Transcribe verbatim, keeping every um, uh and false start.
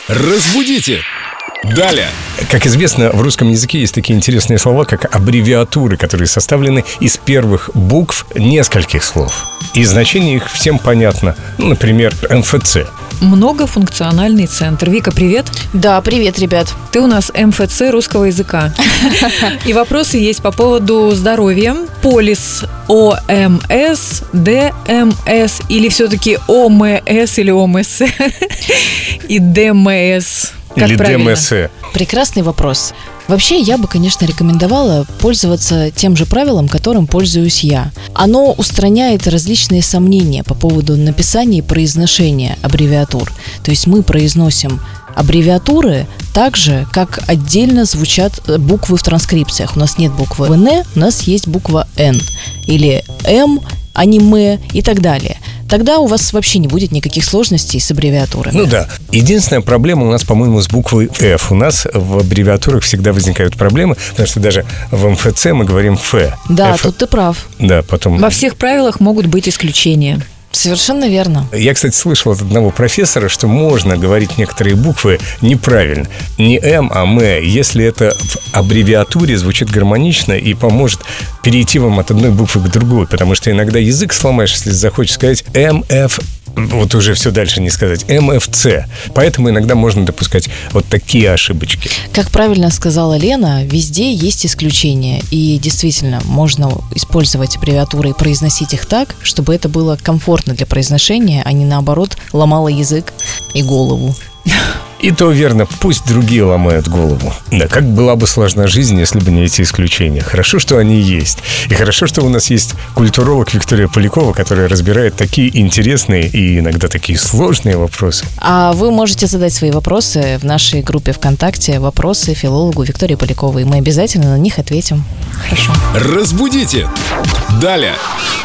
Разбудите! Далее! Как известно, в русском языке есть такие интересные слова, как аббревиатуры, которые составлены из первых букв нескольких слов. И значение их всем понятно. Ну, например, эм эф цэ. Многофункциональный центр. Вика, привет. Да, привет, ребят. Ты у нас эм эф цэ русского языка. И вопросы есть по поводу здоровья. Полис о эм эс, дэ эм эс или все-таки о эм эс или о эм эс и дэ эм эс? Как Или правильно? дэ эм эс. Прекрасный вопрос. Вообще, я бы, конечно, рекомендовала пользоваться тем же правилом, которым пользуюсь я. Оно устраняет различные сомнения по поводу написания и произношения аббревиатур. То есть мы произносим аббревиатуры так же, как отдельно звучат буквы в транскрипциях. У нас нет буквы «н», у нас есть буква «н» или «м», аниме и так далее. Тогда у вас вообще не будет никаких сложностей с аббревиатурами. Ну да. Единственная проблема у нас, по-моему, с буквой F. У нас в аббревиатурах всегда возникают проблемы, потому что даже в эм эф цэ мы говорим Ф. Да, F... тут ты прав. Да, потом... Во всех правилах могут быть исключения. Совершенно верно. Я, кстати, слышал от одного профессора, что можно говорить некоторые буквы неправильно. Не «м», а «м», если это в аббревиатуре звучит гармонично и поможет перейти вам от одной буквы к другой. Потому что иногда язык сломаешь, если захочешь сказать эм эф, вот уже все дальше не сказать, эм эф цэ. Поэтому иногда можно допускать вот такие ошибочки. Как правильно сказала Лена, везде есть исключения. И действительно, можно использовать аббревиатуры и произносить их так, чтобы это было комфортно для произношения, а не наоборот ломало язык и голову. И то верно, пусть другие ломают голову. Да, как была бы сложна жизнь, если бы не эти исключения. Хорошо, что они есть. И хорошо, что у нас есть культуролог Виктория Полякова, которая разбирает такие интересные и иногда такие сложные вопросы. А вы можете задать свои вопросы в нашей группе ВКонтакте «Вопросы филологу Виктории Поляковой». Мы обязательно на них ответим. Хорошо. Разбудите! Далее!